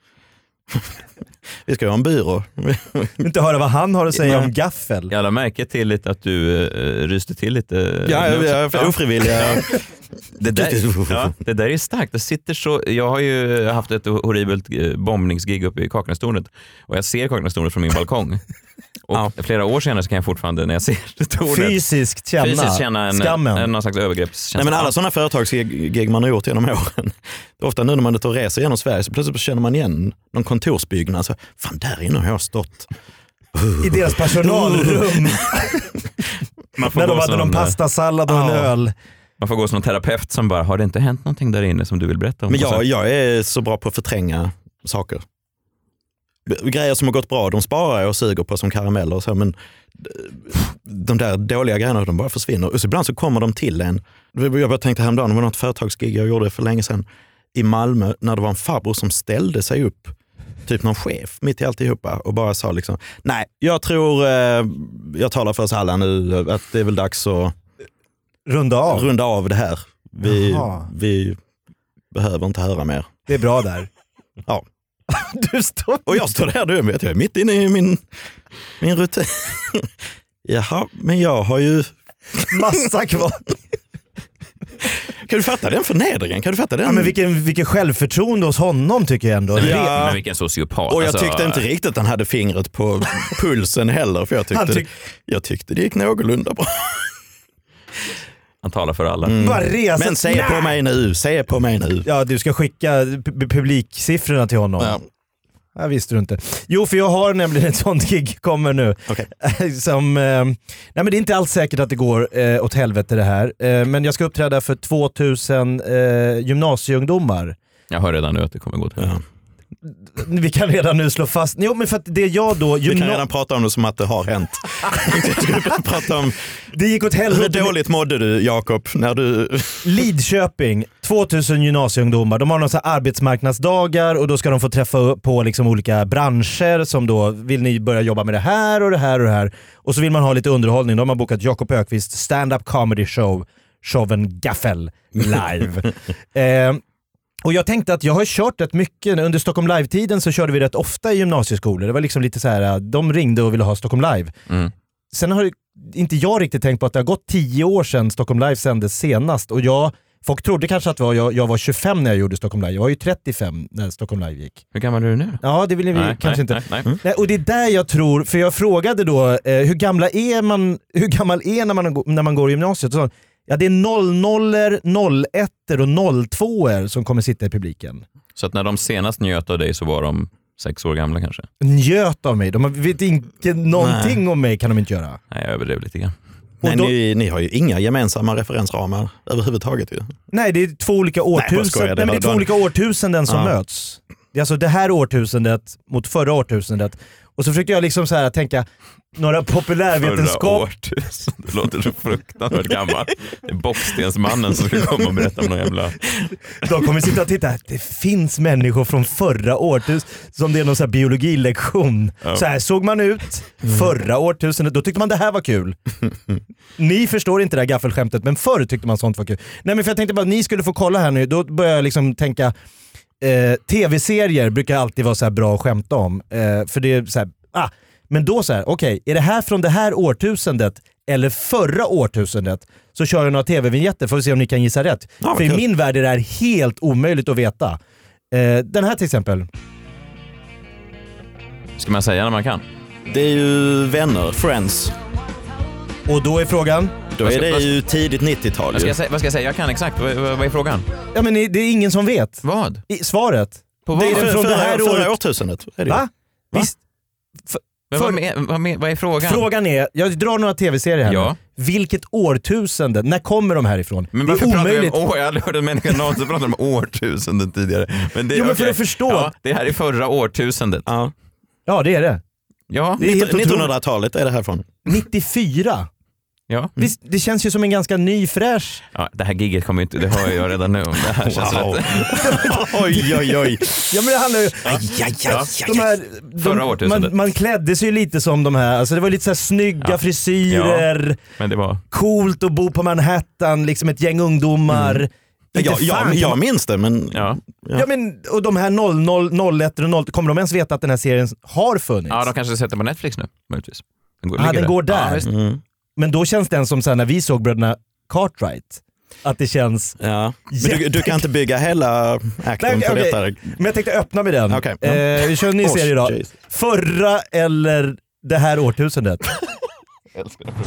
en byrå. Inte höra vad han har att säga om gaffel. Jag lade märke till lite att du ryste till lite. Ja, jag är ofrivilliga. Det där är starkt. Det sitter så, jag har ju haft ett horribelt bombningsgig uppe i Kaknästornet och jag ser Kaknästornet från min balkong. Och flera år senare så kan jag fortfarande, när jag ser tornet, fysiskt känna skammen. Någon slags övergreppskänsla. Nej, men alla sådana företagsgig man har gjort genom åren. Ofta nu när man är ute och reser genom Sverige så plötsligt känner man igen någon kontorsbyggnad. Så, fan, där inne har jag stått. I deras personalrum. När de hade någon pastasallad och en öl. Man får gå som en terapeut som bara, har det inte hänt någonting där inne som du vill berätta om? Men jag är så bra på att förtränga saker. Grejer som har gått bra, de sparar jag och suger på som karameller och så, men de där dåliga grejerna, de bara försvinner. Och så ibland så kommer de till en. Jag bara tänkte häromdagen, det var något företagsgig jag gjorde för länge sedan i Malmö, när det var en farbror som ställde sig upp, typ någon chef, mitt i alltihopa, och bara sa liksom, nej, jag tror, jag talar för oss alla nu, att det är väl dags att runda av det här. Vi behöver inte höra mer. Det är bra där. Ja. Du står... Och jag står där, du vet, jag är mitt inne i min rutin. Jaha, men jag har ju massa kvar. Kan du fatta den förnedringen? Kan du fatta den? Ja, men vilken självförtroende hos honom tycker jag ändå. Ja. Men vilken sociopat. Och jag tyckte inte riktigt att han hade fingret på pulsen heller, för jag tyckte det gick någorlunda bra. Han talar för alla. Men säg på mig nu. Ja, du ska skicka publiksiffrorna till honom. Ja. Jag visste du inte. Jo, för jag har nämligen ett sånt gig kommer nu. Okay. Nej, men det är inte alls säkert att det går åt helvete det här. Men jag ska uppträda för 2000 gymnasieungdomar. Jag hör redan nu att det kommer gå åt helvete. Vi kan redan nu slå fast. Jo, men för att det jag då... Vi kan redan prata om det som att det har hänt. Prata om... Det gick åt helvete. Hur dåligt mådde du, Jakob, när du... Lidköping, 2000 gymnasieungdomar. De har några så här arbetsmarknadsdagar och då ska de få träffa på liksom olika branscher som då, vill ni börja jobba med det här och det här och det här. Och så vill man ha lite underhållning. De har bokat Jakob Ökvist stand-up comedy showen Gaffel live. Och jag tänkte att jag har kört rätt mycket, under Stockholm Live-tiden så körde vi rätt ofta i gymnasieskolor. Det var liksom lite så här, de ringde och ville ha Stockholm Live. Sen har inte jag riktigt tänkt på att det har gått 10 år sedan Stockholm Live sändes senast. Och folk trodde kanske att jag var 25 när jag gjorde Stockholm Live. Jag var ju 35 när Stockholm Live gick. Hur gammal är du nu? Ja, det vill vi kanske inte. Nej. Och det är där jag tror, för jag frågade då, hur gammal är när man går i gymnasiet? Så, ja, det är 00, 01 och 02 som kommer sitta i publiken. Så att när de senast njöt av dig så var de 6 år gamla kanske? Njöt av mig? De vet inte någonting om mig, kan de inte göra. Nej, jag överdrev lite grann. Nej, ni har ju inga gemensamma referensramar överhuvudtaget ju. Nej, det är 2 olika årtusenden. Nej, men det är 2 olika årtusenden som möts. Det är alltså det här årtusendet mot förra årtusendet. Och så försökte jag liksom så här tänka några populärvetenskap. Det låter så fruktansvärt gammalt. Det är Bockstensmannen som ska komma och berätta om någon jävla... De kommer sitta och titta. Det finns människor från förra årtusendet som det är någon så här biologilektion. Ja. Så här såg man ut förra årtusendet. Då tyckte man det här var kul. Ni förstår inte det här gaffelskämtet, men förr tyckte man sånt var kul. Nej, men för jag tänkte bara att ni skulle få kolla här nu. Då börjar jag liksom tänka... tv-serier brukar alltid vara så här bra att skämta om. För det är så här, men då så här, okej, är det här från det här årtusendet eller förra årtusendet, så kör jag några tv-vignetter för att se om ni kan gissa rätt. För i min värld är det här helt omöjligt att veta. Den här till exempel. Ska man säga när man kan? Det är ju Vänner, Friends. Och då är frågan? Då är det ju tidigt 90-tal. Vad ska jag säga? Jag kan exakt. Vad är frågan? Ja, men det är ingen som vet. Vad? Svaret. På vad? Det är från det här förra årtusendet. Är det? Va? Visst. Vad är frågan? Frågan är, jag drar några tv-serier här ja. nu. Vilket årtusende? När kommer de härifrån? Men det är omöjligt. Jag har aldrig hört en människa någonsin prata om årtusenden tidigare. Men det, men för att förstå. Ja, det här är förra årtusendet. Ja, det är det. Ja. Det är 1900-talet är det här från. 94. Ja. Visst, det känns ju som en ganska ny fräsch. Ja, det här giget kommer inte, det hör jag redan nu. Det här känns oj. Ja, men det handlar ju förra årtusendet. Man klädde sig ju lite som de här, alltså det var lite så här snygga frisyrer. Ja, men det var coolt att bo på Manhattan, liksom ett gäng ungdomar. Jag minns det, men... Ja, men och de här 00, 01 och 0, kommer de ens veta att den här serien har funnits? Ja, de kanske sätter på Netflix nu, möjligtvis. Den går där. Ja, men då känns den som så här, när vi såg bröderna Cartwright, att det känns... Ja. Men du kan inte bygga hela akten på detta. Men jag tänkte öppna med den. Okay. Vi kör en ny serie idag. Förra eller det här årtusendet. Jag älskar det.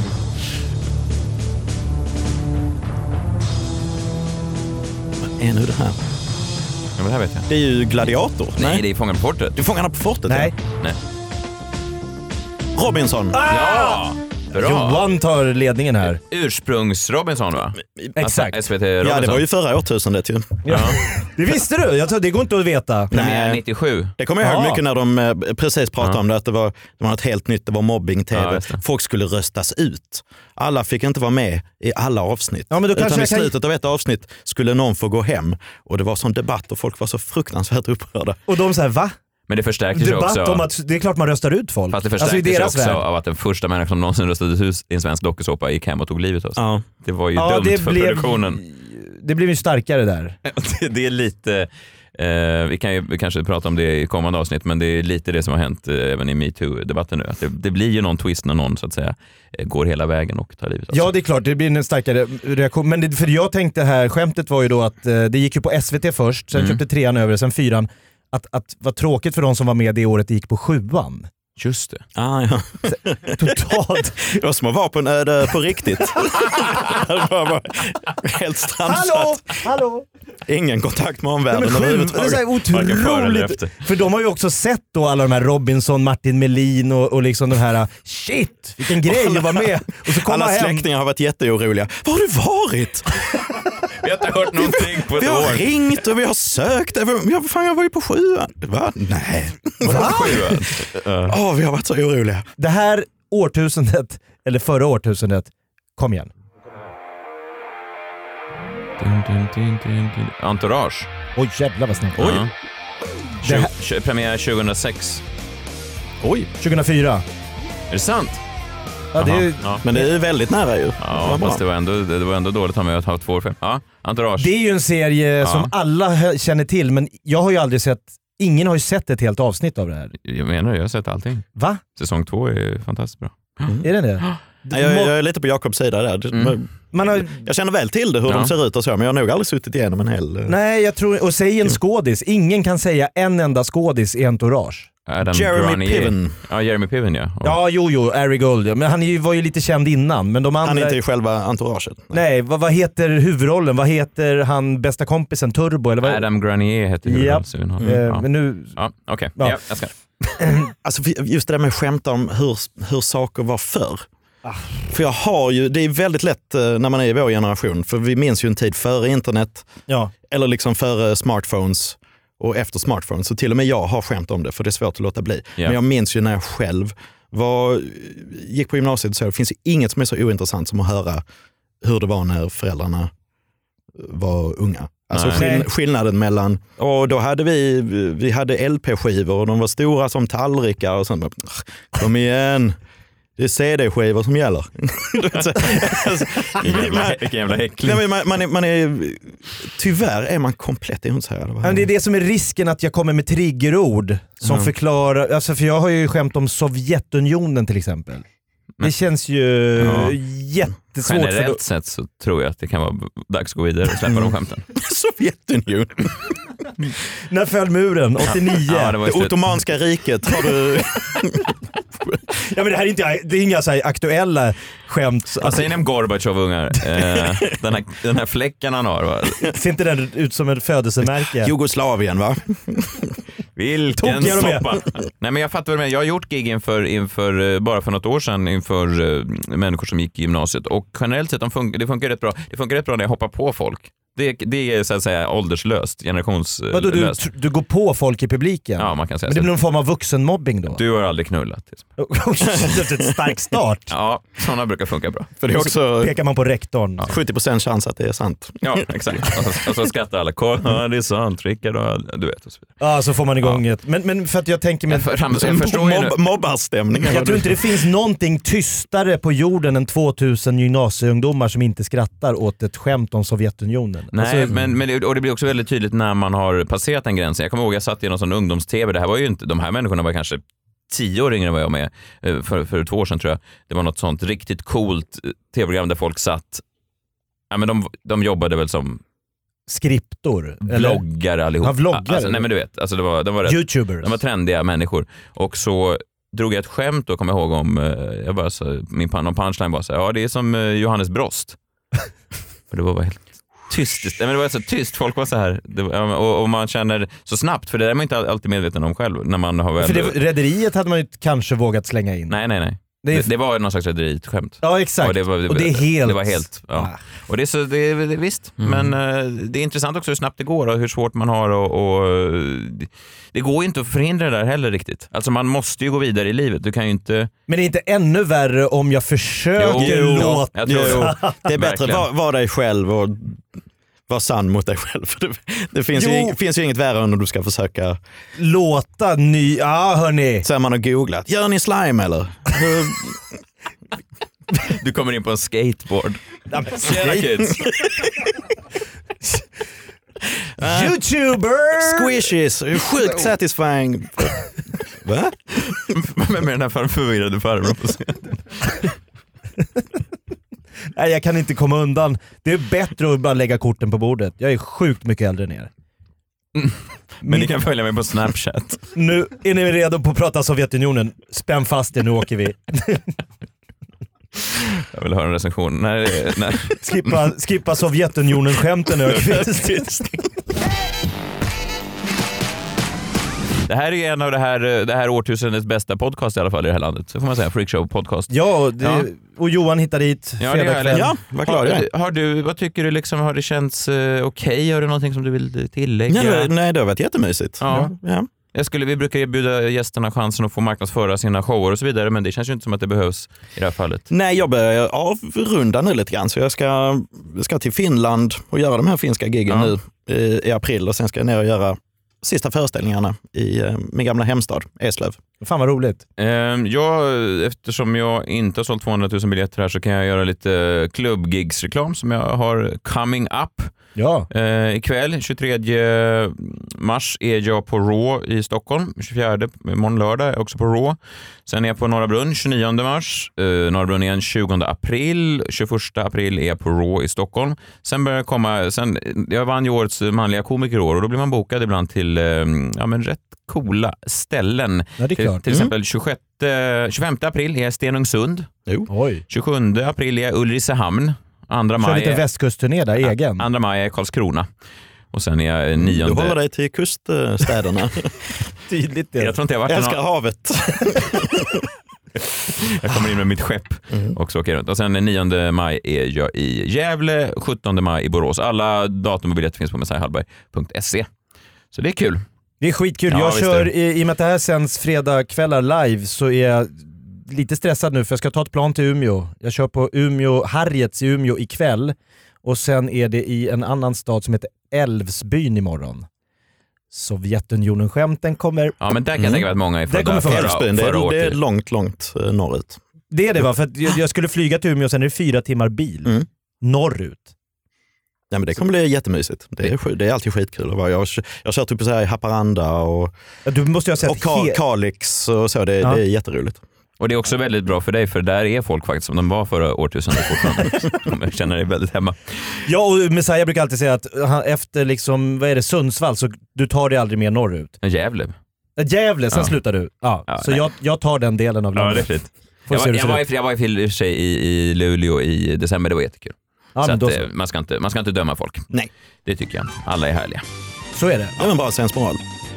Vad är nu det här? Ja, men det här vet jag. Det är ju Gladiator. Nej, det är Fångarna på fortet. Det är Fångarna på fortet? Nej. Nej. Robinson. Ja! Bra. Johan tar ledningen här. Ursprungs-Robinson, va? Exakt. Alltså, SVT Robinson. Ja, det var ju förra årtusendet ju. Ja. Det visste du? Jag tror det går inte att veta. Nej, 97. Det kommer jag ihåg mycket när de precis pratade om det, att det var något helt nytt, det var mobbing-tv. Ja, folk skulle röstas ut. Alla fick inte vara med i alla avsnitt. Ja, men då utan i slutet av ett avsnitt skulle någon få gå hem. Och det var sån debatt och folk var så fruktansvärt upprörda. Och de säger va? Men det förstärktes ju också... om att det är klart man röstar ut folk. Fast det förstärktes ju också av att den första människan som någonsin röstades ut i en svensk dokusåpa gick hem och tog livet av sig. Ja. Det var ju dumt för produktionen. Det blev ju starkare där. Det är lite... vi kan ju kanske prata om det i kommande avsnitt, men det är lite det som har hänt även i MeToo-debatten nu. Att det blir ju någon twist när någon så att säga går hela vägen och tar livet av sig. Ja, det är klart, det blir en starkare reaktion. Men för jag tänkte här, skämtet var ju då att det gick ju på SVT först, sen köpte 3:an över, sen 4:an. Att vad tråkigt för de som var med det året det gick på 7:an. Just det. Ja. Totalt. Det var som att vara på en öde på riktigt. Det var helt strandsatt. Hallå! Ingen kontakt med omvärlden överhuvudtaget. Det är så här otroligt. För de har ju också sett då alla de här Robinson, Martin Melin och liksom den här shit, vilken grej att vara med. Och så alla släktingar har varit jätteoroliga. Var har du varit? Vi har inte hört någonting på ett år. Vi har ringt och vi har sökt. Jag var ju på 7:an. Va? Nej. Va? Vi har varit så oroliga. Det här årtusendet, eller förra årtusendet, kom igen. Entourage. Oj, jävlar vad snabbt. Oj. Premiär 2006. Oj. 2004. Är det sant? Ja, men det är väldigt nära ju. Ja, fast det var ändå dåligt av mig att ha 2 år 5. Ja, Entourage. Det är ju en serie som alla känner till, men jag har ju aldrig sett, ingen har ju sett ett helt avsnitt av det här. Jag menar, jag har sett allting. Va? Säsong 2 är fantastiskt bra. Är det? Jag är lite på Jakobs sida där. Jag känner väl till det, hur de ser ut och så, men jag har nog aldrig suttit igenom en hel... Nej, jag tror, och säg en skådis. Ingen kan säga en enda skådis i Entourage. Jeremy Piven. Ja, Jeremy Piven, ja. Ja, Ari Gold. Ja. Men han var ju lite känd innan. Men de andra... Han är inte i själva entouraget. Nej, vad heter huvudrollen? Vad heter han bästa kompisen? Turbo? Eller vad? Adam Granier heter huvudrollen. Men nu... Ja, okej. Ja, jag ska. Alltså just det där med att skämta om hur saker var förr. För jag har ju, det är väldigt lätt när man är i vår generation, för vi minns ju en tid före internet, eller liksom före smartphones och efter smartphones, så till och med jag har skämt om det, för det är svårt att låta bli. Men jag minns ju när jag själv gick på gymnasiet, så det finns ju inget som är så ointressant som att höra hur det var när föräldrarna var unga. Alltså skillnaden mellan, och då hade vi hade LP-skivor och de var stora som tallrikar och sånt. Kom igen, det är CD-skivor som gäller. Vilken jävla häckling. Man är, tyvärr är man komplett ihållshärad. Men det är det som är risken, att jag kommer med triggerord som förklarar, alltså för jag har ju skämt om Sovjetunionen till exempel. Det känns ju jättesvårt. Generellt sett så tror jag att det kan vara dags att gå vidare och släppa de skämten. Sovjetunionen. När föll muren? 89. Ja, det Ottomanska riket har du... Ja, men det här är inte, det är inga så här aktuella skämt. Vad säger ni om Gorbatjov, ungar? Den här fläcken han har, va? Ser inte den ut som ett födelsemärke? Jugoslavien, va? Vilken soppa. Nej, men jag fattar vad du menar. Jag har gjort gig inför bara för något år sedan inför människor som gick i gymnasiet, och generellt sett det funkar rätt bra. Det funkar rätt bra när jag hoppar på folk. Det är så att säga ålderslöst, generationslöst. Du går på folk i publiken? Ja, man kan säga. Men det blir någon form av vuxenmobbing då? Du har aldrig knullat. Det är ett stark start. Ja, sådana brukar funka bra. För det är också pekar man på rektorn. 70% chans att det är sant. Ja, exakt. Och så skrattar alla. Ja, det är sant, Rickard. Du vet. Och så vidare. Ja, så får man igång ett. Men för att jag tänker mig... Mobbarstämning. Jag tror inte det finns någonting tystare på jorden än 2000 gymnasieungdomar som inte skrattar åt ett skämt om Sovjetunionen. Nej, alltså, men det blir också väldigt tydligt när man har passerat den gränsen. Jag kommer ihåg, jag satt i någon sån ungdoms-tv. Det här var ju inte, de här människorna var kanske 10 år yngre än vad jag med för 2 år sedan, tror jag. Det var något sånt riktigt coolt tv-program där folk satt, ja, men de jobbade väl som skriptor, vloggare allihop. Ja, vloggare. Alltså, nej, men du vet, alltså de var YouTubers. De var trendiga människor. Och så drog jag ett skämt och kommer ihåg om jag bara så, någon punchline var så här, ja, det är som Johannes Brost. För det var helt tyst. Men det var så tyst, folk var så här, och man känner så snabbt, för det är man inte alltid medveten om själv när man har väl... För rederiet hade man ju kanske vågat slänga in. Nej. Det var någon slags rederiet-skämt. Ja, exakt. Och det är helt... Ja. Och det är så, visst. Men det är intressant också hur snabbt det går och hur svårt man har och det går ju inte att förhindra det där heller riktigt. Alltså man måste ju gå vidare i livet. Du kan ju inte... Men det är inte ännu värre om jag försöker låta... Det är bättre att vara dig själv och vara sann mot dig själv. Det finns ju inget värre än om du ska försöka låta ny... Ja, hörni. Så man har googlat. Gör ni slime eller? Du kommer in på en skateboard. Tjena kids. YouTuber! Squishes. Sjukt satisfying. Va? Vem är den här förvirrade farbrorn på scenen? Nej, jag kan inte komma undan. Det är bättre att bara lägga korten på bordet. Jag är sjukt mycket äldre än er. Men ni kan följa mig på Snapchat. Nu är ni redo på att prata Sovjetunionen. Spänn fast er, nu åker vi. Jag vill höra en recension. Nej. Skippa Sovjetunionen-skämten. Det här är en av det här årtusendets bästa podcast i alla fall i det här landet. Så får man säga, Freakshow podcast. Ja, och Johan hittade hit fredagkväll. Ja, vad klar jag är. Vad tycker du liksom, har det känts okej? Har du någonting som du vill tillägga? Nej, det har varit jättemysigt. Ja. Vi brukar erbjuda gästerna chansen att få marknadsföra sina shower och så vidare, men det känns ju inte som att det behövs i det här fallet. Nej, jag börjar avrunda nu lite grann, så jag ska till Finland och göra de här finska giggen nu i april, och sen ska jag ner och göra sista föreställningarna i min gamla hemstad, Eslöv. Fan vad roligt. Eftersom jag inte har sålt 200 000 biljetter här, så kan jag göra lite klubbgigsreklam som jag har coming up. Ja. Ikväll 23 mars är jag på Raw i Stockholm. 24 imorgon lördag är jag också på Raw. Sen är jag på Norra Brunn 29 mars. Norra Brunn är 20 april. 21 april är jag på Raw i Stockholm. Sen börjar jag komma... jag vann ju årets manliga komikerår, och då blir man bokad ibland till rätt coola ställen. Ja, det är klart. Till exempel 25 april är jag Stenungsund. 27 april är jag Ulricehamn. 2 maj kör lite västkustturné där, egen. 2 maj är Karlskrona. Och sen är jag 9. Du håller dig till kuststäderna. Tydligt det. Jag tror inte jag varit älskar havet. Jag kommer in med mitt skepp och så åker jag runt. Och sen 9 maj är jag i Gävle, 17 maj i Borås. Alla datum och biljetter finns på messiahallberg.se. Så det är kul. Det är skitkul. Jag kör, i och med att det här sänds fredagkvällar live, så är jag lite stressad nu, för jag ska ta ett plan till Umeå. Jag kör på Harriets i Umeå ikväll, och sen är det i en annan stad som heter Älvsbyn imorgon. Sovjetunionen-skämten kommer... Ja, men där kan jag tänka mig att många är födda förra året. Det är långt norrut. Det är det, va? För att jag skulle flyga till Umeå, och sen är det 4 timmar bil norrut. Ja, men det kommer bli jättemysigt. Det är alltid skitkul att vara. Jag har kört upp så här i Haparanda och, du måste ju ha sett och Kalix och så. Det är jätteroligt. Och det är också väldigt bra för dig, för där är folk faktiskt som de var förra årtusendet fortfarande. Jag känner dig väldigt hemma. Ja, och Messiah brukar alltid säga att efter liksom, vad är det, Sundsvall, så du tar det aldrig mer norrut. Gävle. Gävle, sen slutar du. Ja, så jag tar den delen av landet. Ja, det är fint. Jag var i sig i Luleå i december, det var jättekul. Ja, så att, man ska inte döma folk. Nej. Det tycker jag. Alla är härliga. Så är det. Det är en bra sensmoral.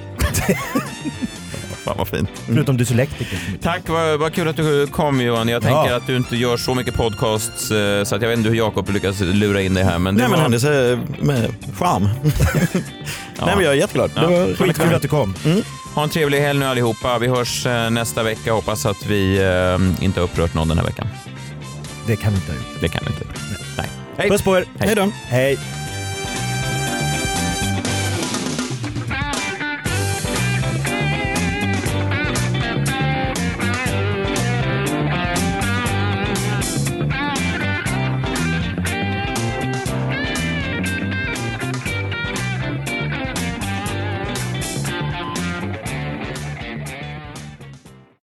Fan vad fint. Förutom dyslektiker. Tack, vad kul att du kom, Johan. Jag tänker att du inte gör så mycket podcasts, så att jag vet inte hur Jakob lyckas lura in det här. Men men han är med charm. Nej, men jag är jätteglad. Det var skitkul att du kom. Ha en trevlig helg nu allihopa. Vi hörs nästa vecka. Hoppas att vi inte har upprört någon den här veckan. Det kan vi inte ha gjort. Det kan vi inte. Nej. Hej. Puss på er. Hej då. Hej.